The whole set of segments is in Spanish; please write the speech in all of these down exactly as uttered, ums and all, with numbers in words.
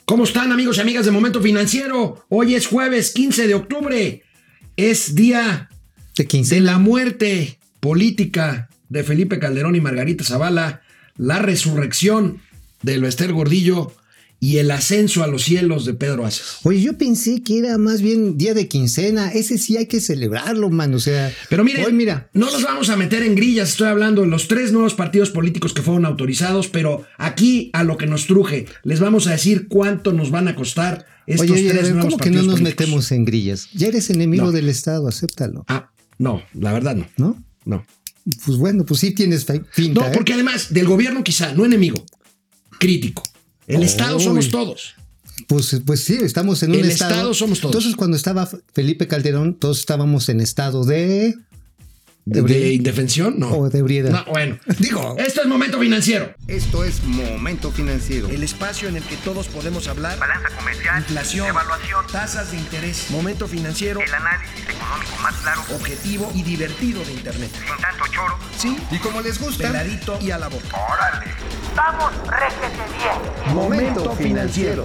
¿Cómo están, amigos y amigas de Momento Financiero? Hoy es jueves quince de octubre. Es día de, de la muerte política de Felipe Calderón y Margarita Zavala, la resurrección de Bester Gordillo y el ascenso a los cielos de Pedro Aces. Oye, yo pensé que era más bien día de quincena. Ese sí hay que celebrarlo, man. O sea, pero miren, hoy, mira, no nos vamos a meter en grillas. Estoy hablando de los tres nuevos partidos políticos que fueron autorizados, pero aquí a lo que nos truje, les vamos a decir cuánto nos van a costar estos oye, oye, tres a ver, nuevos ¿cómo que partidos no nos políticos? metemos en grillas? Ya eres enemigo No. del Estado, acéptalo. Ah, no, la verdad no. ¿No? No. Pues bueno, pues sí tienes finta. No, porque ¿eh? además del gobierno quizá, no enemigo, crítico. El Uy. Estado somos todos. Pues, pues sí, estamos en un El estado. Estado somos todos. Entonces, cuando estaba Felipe Calderón, todos estábamos en estado de... ¿De, de indefensión? No. O de ebriedad. No, bueno. Digo, Esto es Momento Financiero. Esto es Momento Financiero. El espacio en el que todos podemos hablar. Balanza comercial, Inflación, evaluación, tasas de interés. Momento Financiero. el análisis económico más claro, Objetivo y divertido de Internet. sin tanto choro. Sí, Y como les gusta, peladito y a la boca. ¡Órale! ¡Vamos, réjete bien! Momento Financiero.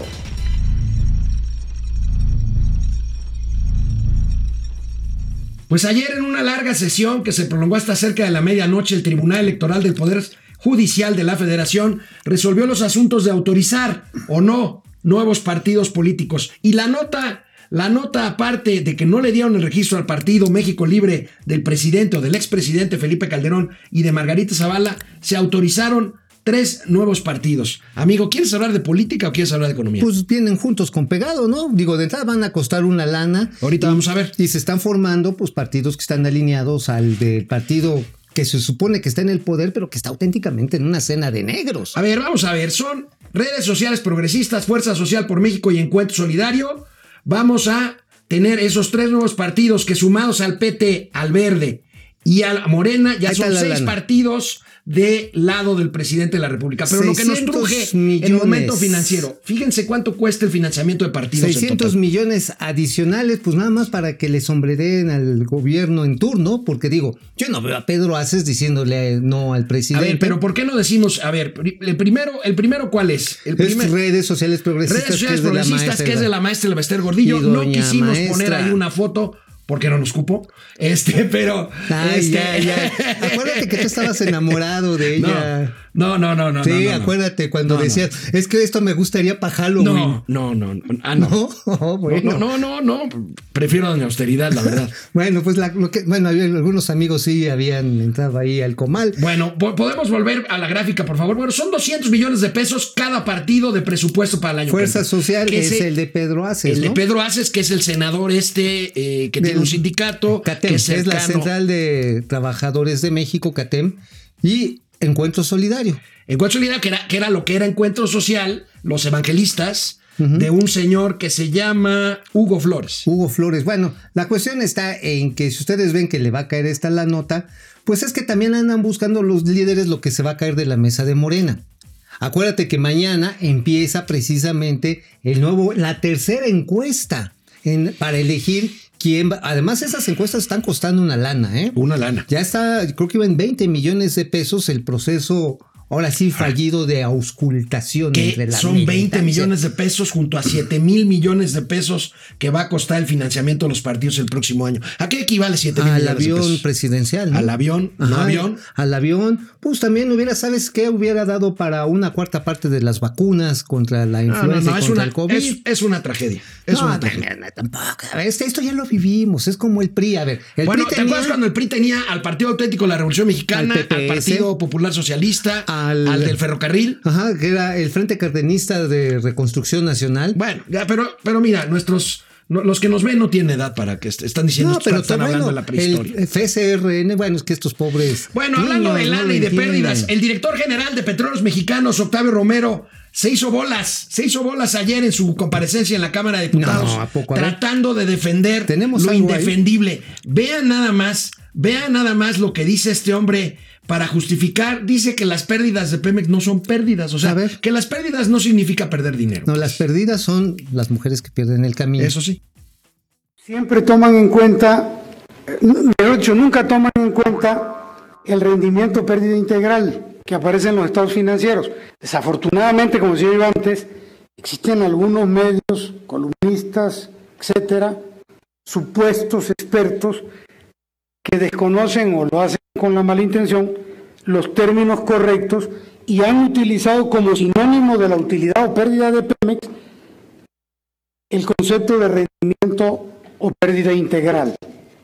Pues ayer en una larga sesión que se prolongó hasta cerca de la medianoche, el Tribunal Electoral del Poder Judicial de la Federación resolvió los asuntos de autorizar o no nuevos partidos políticos. Y la nota, la nota aparte de que no le dieron el registro al partido México Libre del presidente o del expresidente Felipe Calderón y de Margarita Zavala, se autorizaron tres nuevos partidos. Amigo, ¿quieres hablar de política o quieres hablar de economía? pues vienen juntos con pegado, ¿no? Digo, de entrada van a costar una lana. Ahorita y, vamos a ver. Y se están formando pues partidos que están alineados al del partido que se supone que está en el poder, pero que está auténticamente en una cena de negros. A ver, vamos a ver, son redes sociales progresistas, Fuerza Social por México y Encuentro Solidario. Vamos a tener esos tres nuevos partidos que sumados al P T, al Verde y a Morena ya Ahí son está la seis lana. partidos de lado del presidente de la República. Pero lo que nos seiscientos truje el millones. Momento Financiero, fíjense cuánto cuesta el financiamiento de partidos en seiscientos total. millones adicionales, pues nada más para que le sombrereen al gobierno en turno, porque digo, yo no veo a Pedro Aces diciéndole no al A presidente. ver, pero ¿por qué no decimos? A ver, el primero, el primero ¿cuál es? El Es primer, redes sociales progresistas, redes sociales que es de la progresistas, maestra, que es de la maestra Bester Gordillo. Y No doña quisimos maestra. poner ahí una foto porque no nos cupo. Este, pero. Ay, este, ya, ya. Acuérdate que tú estabas enamorado de ella. No, no, no, no. Sí, no, no, no. acuérdate cuando No, no. decías, es que esto me gustaría para Halloween. No, no, no. Ah, no. No, oh, bueno. No, no, no, no. Prefiero doña austeridad, la verdad. Bueno, pues la, lo que, bueno, había, algunos amigos sí habían entrado ahí al comal. Bueno, po- podemos volver a la gráfica, por favor. Bueno, son doscientos millones de pesos cada partido de presupuesto para el año. Fuerza que entra. Social Que es ese- el de Pedro Aces, El de ¿no? Pedro Aces, que es el senador este, eh, que Del- tiene un sindicato. CATEM, que es, es la cercano. Central de Trabajadores de México, CATEM, y Encuentro Solidario. Encuentro Solidario, que era, que era lo que era Encuentro Social, los evangelistas, uh-huh. de un señor que se llama Hugo Flores. Hugo Flores. Bueno, la cuestión está en que si ustedes ven que le va a caer esta la nota, pues es que también andan buscando los líderes lo que se va a caer de la mesa de Morena. Acuérdate que mañana empieza precisamente el nuevo, la tercera encuesta en, para elegir quién va. Además, esas encuestas están costando una lana, ¿eh? Una lana. Ya está, creo que iba en veinte millones de pesos el proceso, ahora sí, fallido de auscultación. Que entre la son veinte militancia. millones de pesos junto a siete mil millones de pesos que va a costar el financiamiento de los partidos el próximo año. ¿A qué equivale siete mil Al millones de avión pesos? presidencial, ¿no? Al avión, no Ajá, avión. Al avión, pues también hubiera, ¿sabes qué? Hubiera dado para una cuarta parte de las vacunas contra la No, no, influenza no, y es contra una, el COVID. es, es una tragedia. Es no, una no, tragedia. no, no, tampoco. A ver, esto ya lo vivimos. Es como el P R I. A ver, el Bueno, P R I ¿te acuerdas tenía cuando el P R I tenía al Partido Auténtico de la Revolución Mexicana, Al P P S, al Partido Popular Socialista, al, al del ferrocarril? Ajá, que era el Frente Cardenista de Reconstrucción Nacional. Bueno, ya, pero, pero mira, nuestros no, los que nos ven no tienen edad para que est- están diciendo No, esto, pero están bueno, hablando de la prehistoria. el F S R N, bueno, es que estos pobres. Bueno, hablando de niños no lana lo y de entienden. pérdidas, el director general de Petróleos Mexicanos, Octavio Romero, se hizo bolas, se hizo bolas ayer en su comparecencia en la Cámara de Diputados, No, ¿a poco? A ver. tratando de defender ¿Tenemos lo algo ahí? indefendible. Vean nada más, vean nada más lo que dice este hombre para justificar. Dice que las pérdidas de Pemex no son pérdidas, o sea, A ver. que las pérdidas no significa perder dinero. No, las perdidas son las mujeres que pierden el camino. Eso sí. Siempre toman en cuenta, eh, de hecho nunca toman en cuenta el rendimiento pérdida integral que aparece en los estados financieros. Desafortunadamente, como decía yo antes, existen algunos medios, columnistas, etcétera, supuestos expertos que desconocen o lo hacen con la mala intención los términos correctos y han utilizado como sinónimo de la utilidad o pérdida de Pemex el concepto de rendimiento o pérdida integral.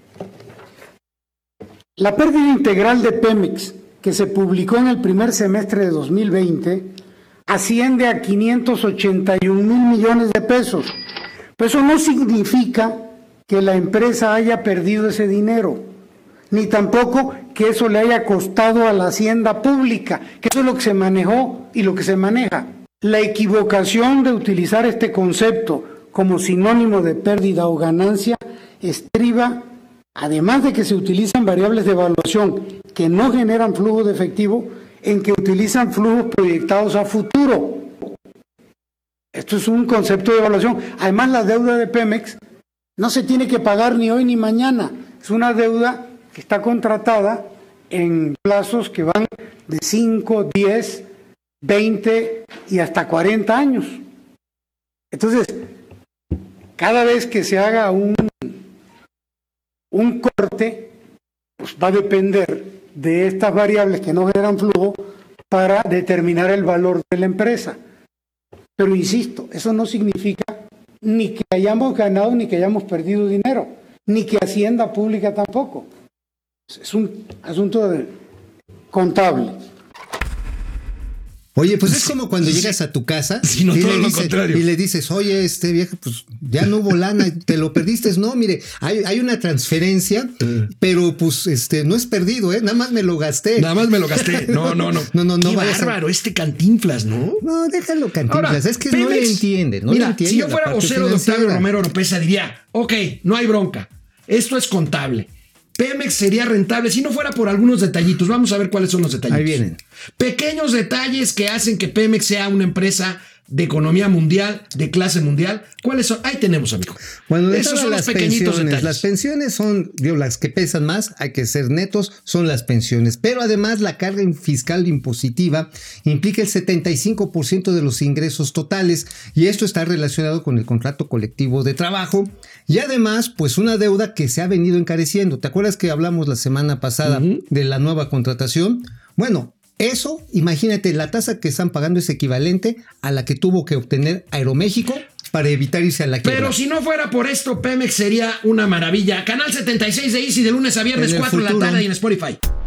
La pérdida integral de Pemex, que se publicó en el primer semestre de dos mil veinte, asciende a quinientos ochenta y un mil millones de pesos. Pero eso no significa que la empresa haya perdido ese dinero, ni tampoco que eso le haya costado a la hacienda pública, que eso es lo que se manejó y lo que se maneja. La equivocación de utilizar este concepto como sinónimo de pérdida o ganancia estriba, además de que se utilizan variables de evaluación que no generan flujo de efectivo, en que utilizan flujos proyectados a futuro. Esto es un concepto de evaluación. Además, la deuda de Pemex no se tiene que pagar ni hoy ni mañana. Es una deuda que está contratada en plazos que van de cinco, diez, veinte y hasta cuarenta años. Entonces, cada vez que se haga un, un corte, pues va a depender de estas variables que no generan flujo para determinar el valor de la empresa. Pero insisto, eso no significa ni que hayamos ganado ni que hayamos perdido dinero, ni que Hacienda Pública tampoco. Es un asunto de, contable. Oye, pues es como cuando llegas a tu casa sí, no, y, todo le lo dices, contrario. y le dices, oye, este viejo, pues ya no hubo lana, te lo perdiste. No, mire, hay, hay una transferencia, uh. pero pues este no es perdido, ¿eh? Nada más me lo gasté. Nada más me lo gasté. No, no, no. no, no, no. Qué bárbaro, a... este Cantinflas, ¿no? No, déjalo Cantinflas. Ahora, es que Pemex, no le entiende. No mira, le entiende si yo fuera vocero de Octavio Romero Oropesa, diría, ok, no hay bronca. Esto es contable. Pemex sería rentable si no fuera por algunos detallitos. Vamos a ver cuáles son los detallitos. Ahí vienen. Pequeños detalles que hacen que Pemex sea una empresa de economía mundial, de clase mundial. ¿Cuáles son? Ahí tenemos, amigo. Bueno, esos son las los pequeñitos pensiones. detalles. Las pensiones son, digo, las que pesan más, hay que ser netos, son las pensiones. Pero además la carga fiscal impositiva implica el setenta y cinco por ciento de los ingresos totales y esto está relacionado con el contrato colectivo de trabajo y además, pues una deuda que se ha venido encareciendo. ¿Te acuerdas que hablamos la semana pasada uh-huh. de la nueva contratación? Bueno, eso, imagínate, la tasa que están pagando es equivalente a la que tuvo que obtener Aeroméxico para evitar irse a la quiebra. Pero si no fuera por esto, Pemex sería una maravilla. Canal setenta y seis de Easy de lunes a viernes, cuatro de la tarde y en Spotify.